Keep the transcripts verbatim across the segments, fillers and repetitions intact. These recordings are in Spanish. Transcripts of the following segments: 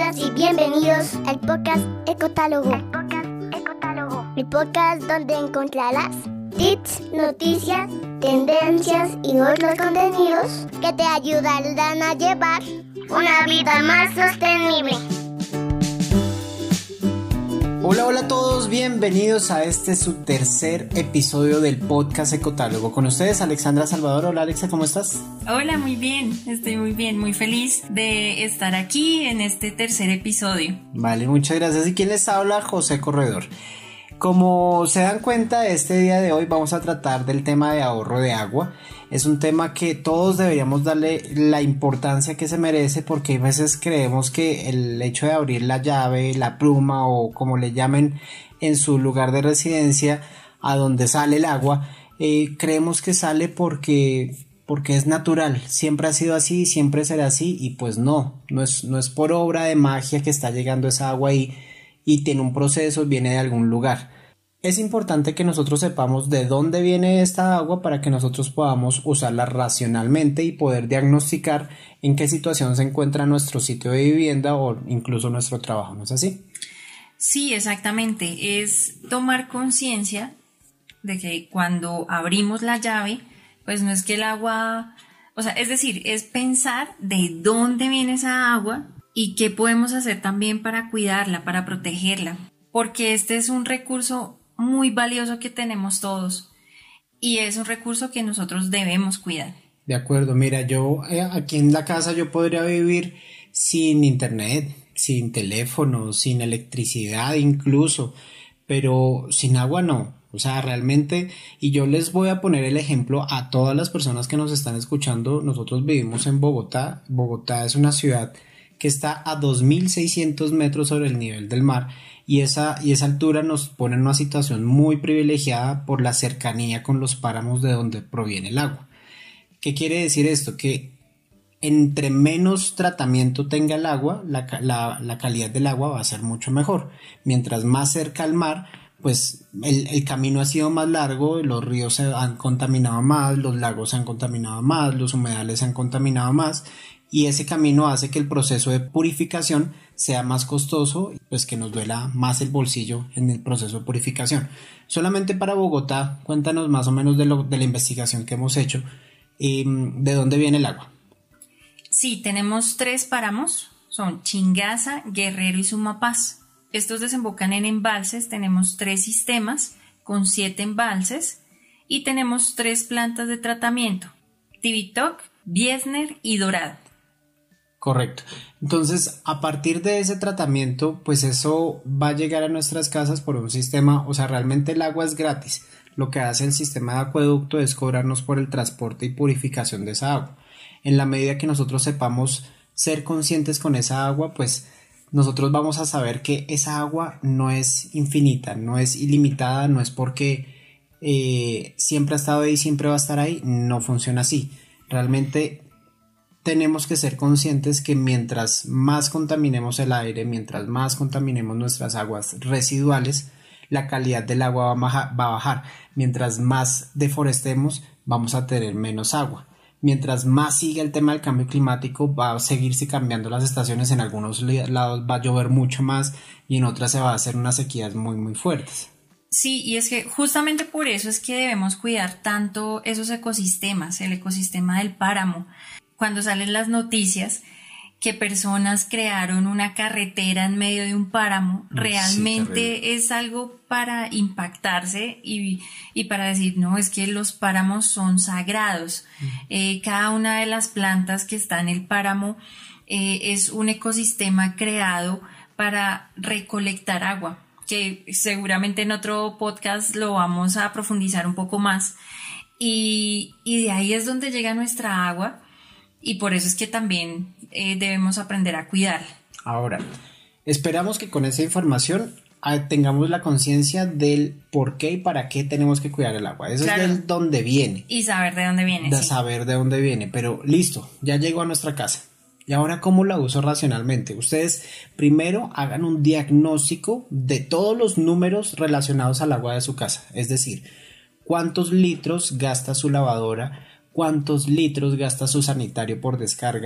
Bienvenidas y bienvenidos al podcast Ecotálogo. El podcast Ecotálogo. El podcast donde encontrarás tips, noticias, tendencias y otros contenidos que te ayudarán a llevar una vida más sostenible. Hola, hola a todos, bienvenidos a este su tercer episodio del podcast Ecotálogo. Con ustedes Alexandra Salvador. Hola Alexa, ¿cómo estás? Hola, muy bien, estoy muy bien, muy feliz de estar aquí en este tercer episodio. Vale, muchas gracias. ¿Y quién les habla? José Corredor. Como se dan cuenta, este día de hoy vamos a tratar del tema de ahorro de agua. Es un tema que todos deberíamos darle la importancia que se merece, porque a veces creemos que el hecho de abrir la llave, la pluma o como le llamen en su lugar de residencia, a donde sale el agua, eh, creemos que sale porque, porque es natural. Siempre ha sido así, siempre será así, y pues no, no es, no es por obra de magia que está llegando esa agua ahí y tiene un proceso, viene de algún lugar. Es importante que nosotros sepamos de dónde viene esta agua para que nosotros podamos usarla racionalmente y poder diagnosticar en qué situación se encuentra nuestro sitio de vivienda o incluso nuestro trabajo, ¿no es así? Sí, exactamente. Es tomar conciencia de que cuando abrimos la llave, pues no es que el agua, o sea, es decir, es pensar de dónde viene esa agua y qué podemos hacer también para cuidarla, para protegerla, porque este es un recurso muy valioso que tenemos todos y es un recurso que nosotros debemos cuidar. De acuerdo, mira, yo eh, aquí en la casa yo podría vivir sin internet, sin teléfono, sin electricidad incluso, pero sin agua no. O sea, realmente, y yo les voy a poner el ejemplo a todas las personas que nos están escuchando. Nosotros vivimos en Bogotá. Bogotá es una ciudad que está a dos mil seiscientos metros sobre el nivel del mar, y esa, y esa altura nos pone en una situación muy privilegiada por la cercanía con los páramos de donde proviene el agua. ¿Qué quiere decir esto? Que entre menos tratamiento tenga el agua, la, la, la calidad del agua va a ser mucho mejor. Mientras más cerca al mar, pues el, el camino ha sido más largo, los ríos se han contaminado más, los lagos se han contaminado más, los humedales se han contaminado más, y ese camino hace que el proceso de purificación sea más costoso, pues que nos duela más el bolsillo en el proceso de purificación. Solamente para Bogotá, cuéntanos más o menos de, lo, de la investigación que hemos hecho, eh, de dónde viene el agua. Sí, tenemos tres páramos, son Chingaza, Guerrero y Sumapaz. Estos desembocan en embalses, tenemos tres sistemas con siete embalses y tenemos tres plantas de tratamiento, Tibitoc, Biesner y Dorado. Correcto. Entonces, a partir de ese tratamiento, pues eso va a llegar a nuestras casas por un sistema, o sea, realmente el agua es gratis. Lo que hace el sistema de acueducto es cobrarnos por el transporte y purificación de esa agua. En la medida que nosotros sepamos ser conscientes con esa agua, pues nosotros vamos a saber que esa agua no es infinita, no es ilimitada, no es porque eh, siempre ha estado ahí y siempre va a estar ahí. No funciona así. Realmente tenemos que ser conscientes que mientras más contaminemos el aire, mientras más contaminemos nuestras aguas residuales, la calidad del agua va a bajar, va a bajar. Mientras más deforestemos, vamos a tener menos agua. Mientras más siga el tema del cambio climático, va a seguirse cambiando las estaciones. En algunos lados va a llover mucho más y en otras se va a hacer unas sequías muy muy fuertes. Sí, y es que justamente por eso es que debemos cuidar tanto esos ecosistemas, el ecosistema del páramo. Cuando salen las noticias que personas crearon una carretera en medio de un páramo, realmente sí, es algo para impactarse y, y para decir, no, es que los páramos son sagrados. Uh-huh. Eh, cada una de las plantas que está en el páramo eh, es un ecosistema creado para recolectar agua, que seguramente en otro podcast lo vamos a profundizar un poco más. Y, y de ahí es donde llega nuestra agua. Y por eso es que también eh, debemos aprender a cuidar. Ahora, esperamos que con esa información ah, tengamos la conciencia del por qué y para qué tenemos que cuidar el agua. Eso claro. Es del dónde viene. Y saber de dónde viene. De sí. saber de dónde viene. Pero listo, ya llegó a nuestra casa. ¿Y ahora cómo la uso racionalmente? Ustedes primero hagan un diagnóstico de todos los números relacionados al agua de su casa. Es decir, cuántos litros gasta su lavadora, cuántos litros gasta su sanitario por descarga,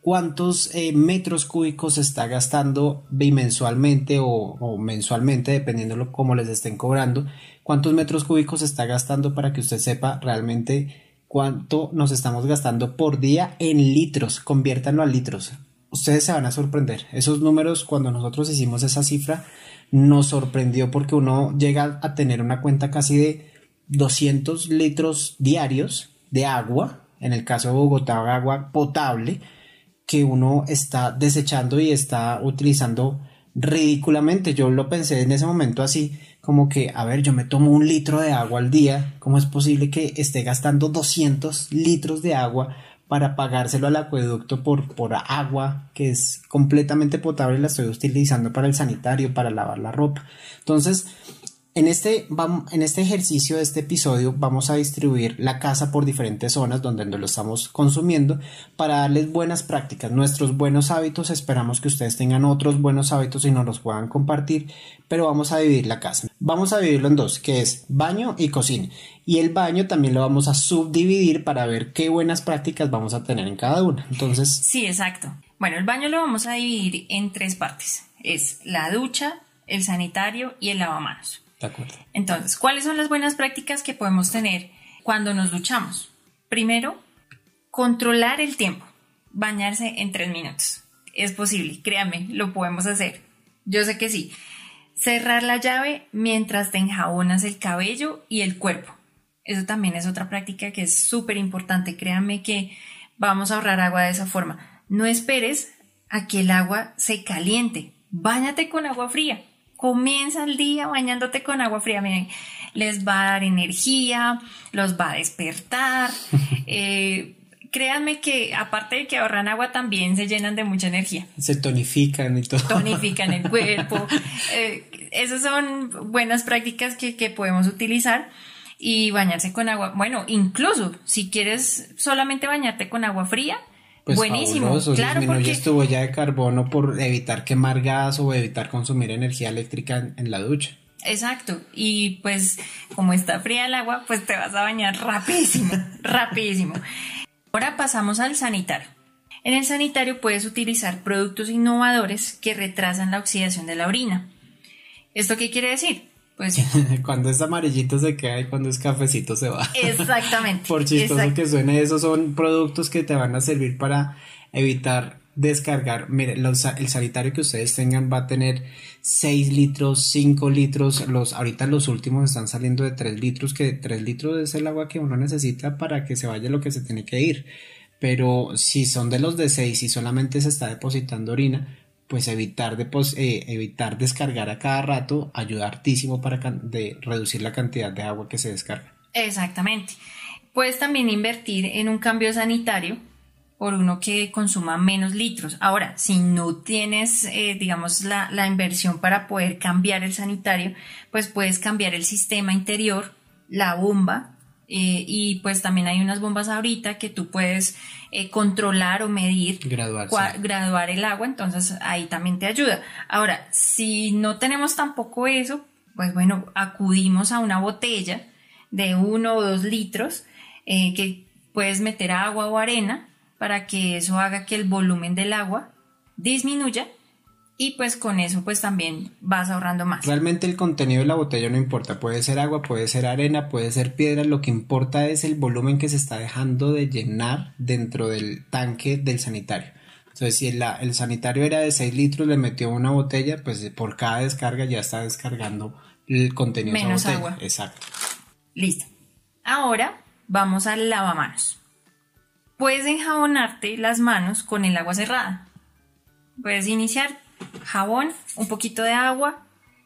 cuántos eh, metros cúbicos se está gastando bimensualmente o, o mensualmente, dependiendo de cómo les estén cobrando, cuántos metros cúbicos se está gastando para que usted sepa realmente cuánto nos estamos gastando por día en litros. Conviértanlo a litros. Ustedes se van a sorprender. Esos números, cuando nosotros hicimos esa cifra, nos sorprendió porque uno llega a tener una cuenta casi de doscientos litros diarios de agua, en el caso de Bogotá, agua potable, que uno está desechando y está utilizando ridículamente. Yo lo pensé en ese momento así, como que, a ver, yo me tomo un litro de agua al día, ¿cómo es posible que esté gastando doscientos litros de agua para pagárselo al acueducto por, por agua que es completamente potable y la estoy utilizando para el sanitario, para lavar la ropa? Entonces, En este, en este ejercicio de este episodio vamos a distribuir la casa por diferentes zonas donde lo estamos consumiendo para darles buenas prácticas, nuestros buenos hábitos. Esperamos que ustedes tengan otros buenos hábitos y nos los puedan compartir, pero vamos a dividir la casa. Vamos a dividirlo en dos, que es baño y cocina. Y el baño también lo vamos a subdividir para ver qué buenas prácticas vamos a tener en cada una. Entonces, sí, exacto. Bueno, el baño lo vamos a dividir en tres partes. Es la ducha, el sanitario y el lavamanos. De acuerdo. Entonces, ¿cuáles son las buenas prácticas que podemos tener cuando nos duchamos? Primero, controlar el tiempo. Bañarse en tres minutos. Es posible, créanme, lo podemos hacer. Yo sé que sí. Cerrar la llave mientras te enjabonas el cabello y el cuerpo. Eso también es otra práctica que es súper importante. Créanme que vamos a ahorrar agua de esa forma. No esperes a que el agua se caliente. Báñate con agua fría. Comienza el día bañándote con agua fría. Miren, les va a dar energía, los va a despertar. Eh, créanme que aparte de que ahorran agua, también se llenan de mucha energía. Se tonifican y todo. Tonifican el cuerpo. Eh, esas son buenas prácticas que, que podemos utilizar. Y bañarse con agua. Bueno, incluso si quieres solamente bañarte con agua fría, pues buenísimo, fabuloso. Claro, disminuyes porque tu huella de carbono por evitar quemar gas o evitar consumir energía eléctrica en, en la ducha. Exacto, y pues como está fría el agua, pues te vas a bañar rapidísimo, rapidísimo. Ahora pasamos al sanitario. En el sanitario puedes utilizar productos innovadores que retrasan la oxidación de la orina. ¿Esto qué quiere decir? Pues cuando es amarillito se queda y cuando es cafecito se va. Exactamente. Por chistoso exact- que suene, esos son productos que te van a servir para evitar descargar. Mire, los, el sanitario que ustedes tengan va a tener seis litros, cinco litros. Los, ahorita los últimos están saliendo de tres litros, que tres litros es el agua que uno necesita para que se vaya lo que se tiene que ir. Pero si son de los de seis y solamente se está depositando orina, pues evitar, depos- eh, evitar descargar a cada rato ayuda hartísimo para can- de reducir la cantidad de agua que se descarga. Exactamente. Puedes también invertir en un cambio sanitario por uno que consuma menos litros. Ahora, si no tienes, eh, digamos, la, la inversión para poder cambiar el sanitario, pues puedes cambiar el sistema interior, la bomba, eh, y pues también hay unas bombas ahorita que tú puedes eh, controlar o medir, Graduar, cua- sí. graduar el agua, entonces ahí también te ayuda. Ahora, si no tenemos tampoco eso, pues bueno, acudimos a una botella de uno o dos litros eh, que puedes meter agua o arena para que eso haga que el volumen del agua disminuya y pues con eso pues también vas ahorrando más. Realmente el contenido de la botella no importa, puede ser agua, puede ser arena, puede ser piedra, lo que importa es el volumen que se está dejando de llenar dentro del tanque del sanitario. Entonces si el, el sanitario era de seis litros, le metió una botella, pues por cada descarga ya está descargando el contenido Menos de esa botella. agua. Exacto. Listo. Ahora vamos al lavamanos. Puedes enjabonarte las manos con el agua cerrada. Puedes iniciar jabón, un poquito de agua,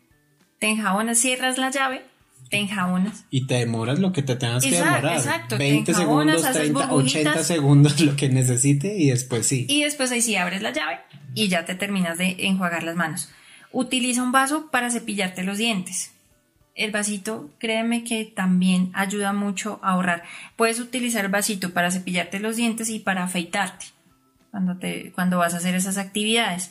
te enjabonas, cierras la llave, te enjabonas. Y te demoras lo que te tengas que Exacto, demorar. exacto, te veinte enjabonas, segundos, haces treinta, burbujitas. ochenta segundos, lo que necesite y después sí. Y después ahí sí abres la llave y ya te terminas de enjuagar las manos. Utiliza un vaso para cepillarte los dientes. El vasito, créeme que también ayuda mucho a ahorrar. Puedes utilizar el vasito para cepillarte los dientes y para afeitarte cuando, te, cuando vas a hacer esas actividades.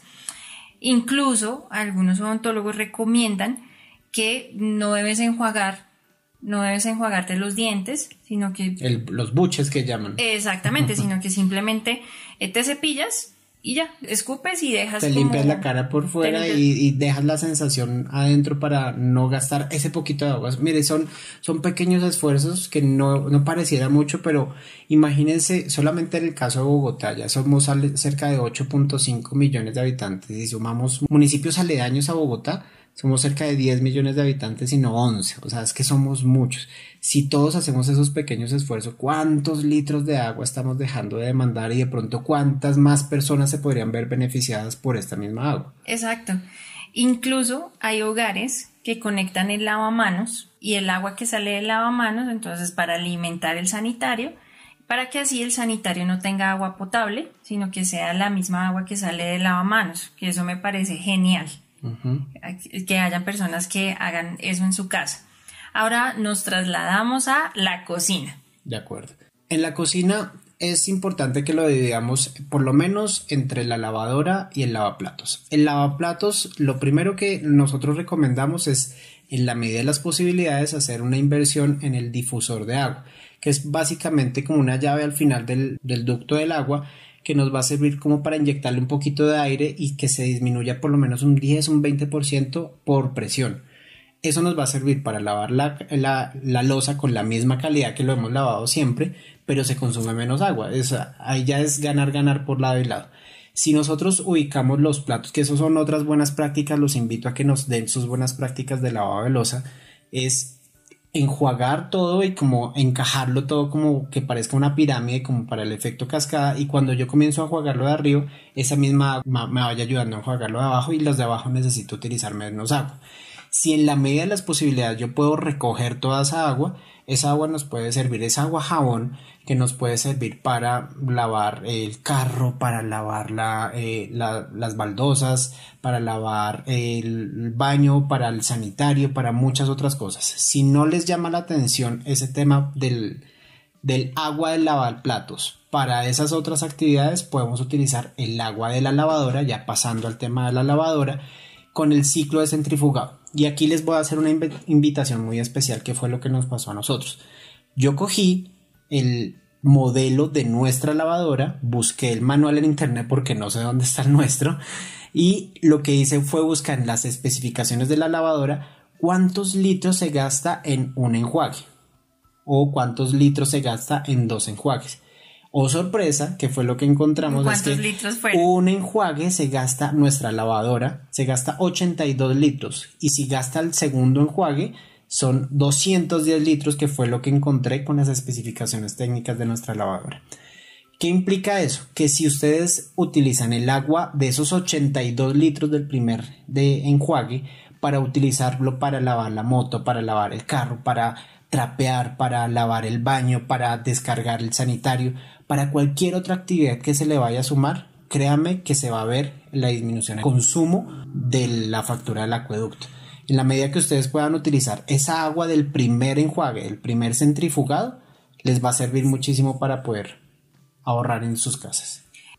Incluso algunos odontólogos recomiendan que no debes enjuagar, no debes enjuagarte los dientes, sino que... El, los buches que llaman. Exactamente, sino que simplemente eh, te cepillas y ya, escupes y dejas te como... limpias la cara por fuera y, y dejas la sensación adentro para no gastar ese poquito de agua. Mire, son, son pequeños esfuerzos que no, no pareciera mucho, pero imagínense, solamente en el caso de Bogotá, ya somos cerca de ocho punto cinco millones de habitantes, y sumamos municipios aledaños a Bogotá, somos cerca de diez millones de habitantes y no once, o sea, es que somos muchos. Si todos hacemos esos pequeños esfuerzos, ¿cuántos litros de agua estamos dejando de demandar y de pronto cuántas más personas se podrían ver beneficiadas por esta misma agua? Exacto. Incluso hay hogares que conectan el lavamanos y el agua que sale del lavamanos, entonces para alimentar el sanitario, para que así el sanitario no tenga agua potable, sino que sea la misma agua que sale del lavamanos, que eso me parece genial. Uh-huh. Que hayan personas que hagan eso en su casa. Ahora nos trasladamos a la cocina. De acuerdo. En la cocina es importante que lo dividamos por lo menos entre la lavadora y el lavaplatos. El lavaplatos, lo primero que nosotros recomendamos es, en la medida de las posibilidades, hacer una inversión en el difusor de agua, que es básicamente como una llave al final del, del ducto del agua, que nos va a servir como para inyectarle un poquito de aire y que se disminuya por lo menos un diez, un veinte por ciento por presión. Eso nos va a servir para lavar la, la, la loza con la misma calidad que lo hemos lavado siempre, pero se consume menos agua. Es, ahí ya es ganar, ganar por lado y lado. Si nosotros ubicamos los platos, que eso son otras buenas prácticas, los invito a que nos den sus buenas prácticas de lavado de loza, es enjuagar todo y como encajarlo todo como que parezca una pirámide, como para el efecto cascada, y cuando yo comienzo a enjuagarlo de arriba, esa misma agua me vaya ayudando a enjuagarlo de abajo, y los de abajo necesito utilizar menos agua. Si en la medida de las posibilidades yo puedo recoger toda esa agua, esa agua nos puede servir, esa agua jabón que nos puede servir para lavar el carro, para lavar la, eh, la, las baldosas, para lavar el baño, para el sanitario, para muchas otras cosas. Si no les llama la atención ese tema del, del agua de lavar platos, para esas otras actividades podemos utilizar el agua de la lavadora, ya pasando al tema de la lavadora, con el ciclo de centrifugado. Y aquí les voy a hacer una inv- invitación muy especial, que fue lo que nos pasó a nosotros. Yo cogí el modelo de nuestra lavadora, busqué el manual en internet porque no sé dónde está el nuestro, y lo que hice fue buscar en las especificaciones de la lavadora cuántos litros se gasta en un enjuague o cuántos litros se gasta en dos enjuagues. Oh, sorpresa, que fue lo que encontramos, es que litros fueron? Un enjuague se gasta, nuestra lavadora, se gasta ochenta y dos litros, y si gasta el segundo enjuague son doscientos diez litros, que fue lo que encontré con las especificaciones técnicas de nuestra lavadora. ¿Qué implica eso? Que si ustedes utilizan el agua de esos ochenta y dos litros del primer de enjuague para utilizarlo para lavar la moto, para lavar el carro, para trapear, para lavar el baño, para descargar el sanitario, para cualquier otra actividad que se le vaya a sumar, créame que se va a ver la disminución en el consumo de la factura del acueducto. En la medida que ustedes puedan utilizar esa agua del primer enjuague, el primer centrifugado, les va a servir muchísimo para poder ahorrar en sus casas.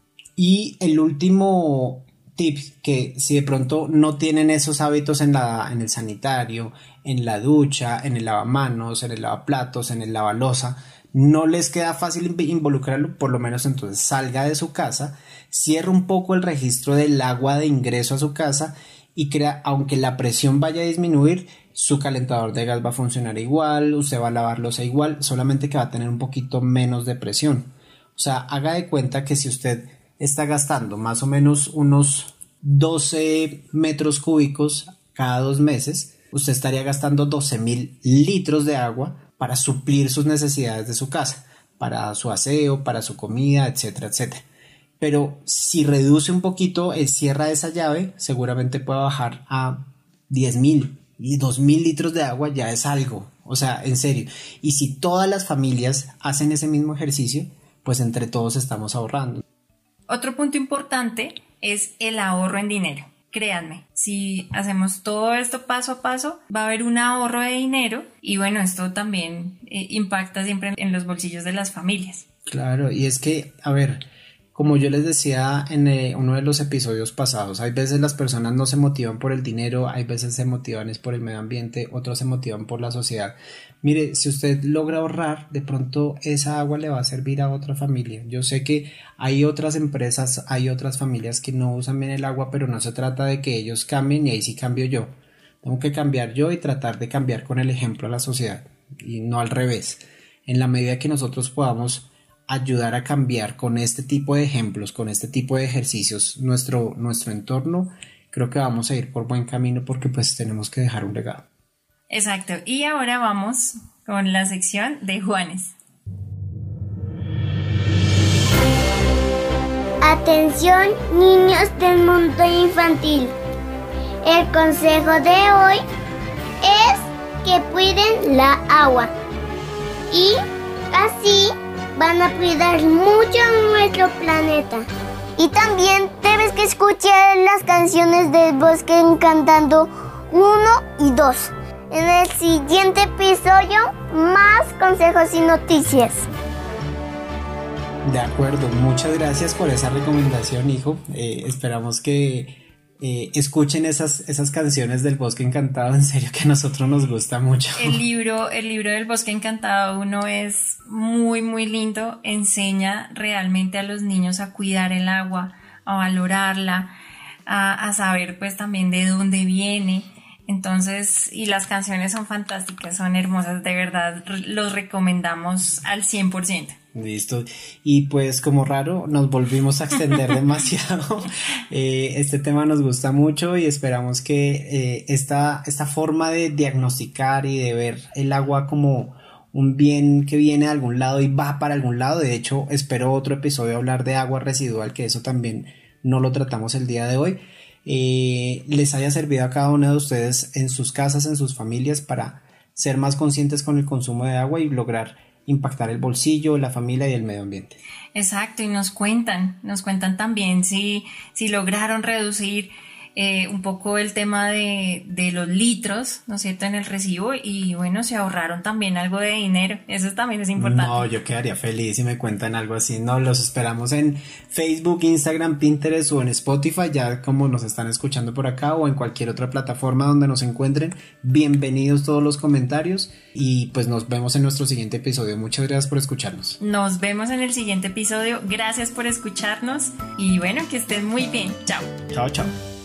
Y el último tip, que si de pronto no tienen esos hábitos en, la, en el sanitario, en la ducha, en el lavamanos, en el lavaplatos, en el lavaloza, no les queda fácil involucrarlo, por lo menos entonces salga de su casa, cierre un poco el registro del agua de ingreso a su casa y crea, aunque la presión vaya a disminuir, su calentador de gas va a funcionar igual, usted va a lavar loza igual, solamente que va a tener un poquito menos de presión. O sea, haga de cuenta que si usted está gastando más o menos unos doce metros cúbicos cada dos meses, usted estaría gastando doce mil litros de agua para suplir sus necesidades de su casa, para su aseo, para su comida, etcétera, etcétera. Pero si reduce un poquito, el cierra esa llave, seguramente puede bajar a diez mil y dos mil litros de agua, ya es algo, o sea, en serio. Y si todas las familias hacen ese mismo ejercicio, pues entre todos estamos ahorrando. Otro punto importante es el ahorro en dinero. Créanme, si hacemos todo esto paso a paso, va a haber un ahorro de dinero y bueno, esto también eh, impacta siempre en los bolsillos de las familias. Claro, y es que, a ver, como yo les decía en eh, uno de los episodios pasados, hay veces las personas no se motivan por el dinero, hay veces se motivan es por el medio ambiente, otros se motivan por la sociedad. Mire, si usted logra ahorrar, de pronto esa agua le va a servir a otra familia. Yo sé que hay otras empresas, hay otras familias que no usan bien el agua, pero no se trata de que ellos cambien y ahí sí cambio yo. Tengo que cambiar yo y tratar de cambiar con el ejemplo a la sociedad y no al revés. En la medida que nosotros podamos ayudar a cambiar con este tipo de ejemplos, con este tipo de ejercicios nuestro, nuestro entorno, creo que vamos a ir por buen camino porque pues tenemos que dejar un legado. Exacto, y ahora vamos con la sección de Juanes. Atención, niños del mundo infantil. El consejo de hoy es que cuiden la agua y así van a cuidar mucho nuestro planeta. Y también debes que escuchar las canciones del Bosque Encantado uno y dos. En el siguiente episodio, más consejos y noticias. De acuerdo, muchas gracias por esa recomendación, hijo. Eh, esperamos que eh, escuchen esas, esas canciones del Bosque Encantado, en serio que a nosotros nos gusta mucho. El libro, el libro del Bosque Encantado uno es muy muy lindo, enseña realmente a los niños a cuidar el agua, a valorarla, a, a saber pues también de dónde viene. Entonces, y las canciones son fantásticas, son hermosas, de verdad, los recomendamos al cien por ciento. Listo, y pues como raro nos volvimos a extender demasiado. eh, este tema nos gusta mucho y esperamos que eh, esta, esta forma de diagnosticar y de ver el agua como un bien que viene de algún lado y va para algún lado, de hecho espero otro episodio hablar de agua residual, que eso también no lo tratamos el día de hoy, eh, les haya servido a cada uno de ustedes en sus casas, en sus familias, para ser más conscientes con el consumo de agua y lograr impactar el bolsillo, la familia y el medio ambiente. Exacto, y nos cuentan, nos cuentan también si, si lograron reducir eh, un poco el tema de, de los litros, ¿no es cierto?, en el recibo, y bueno, se ahorraron también algo de dinero, eso también es importante. No, yo quedaría feliz si me cuentan algo así. No, los esperamos en Facebook, Instagram, Pinterest o en Spotify, ya como nos están escuchando por acá, o en cualquier otra plataforma donde nos encuentren. Bienvenidos todos los comentarios y pues nos vemos en nuestro siguiente episodio. Muchas gracias por escucharnos. Nos vemos en el siguiente episodio, gracias por escucharnos y bueno, que estén muy bien, chao. Chao, chao.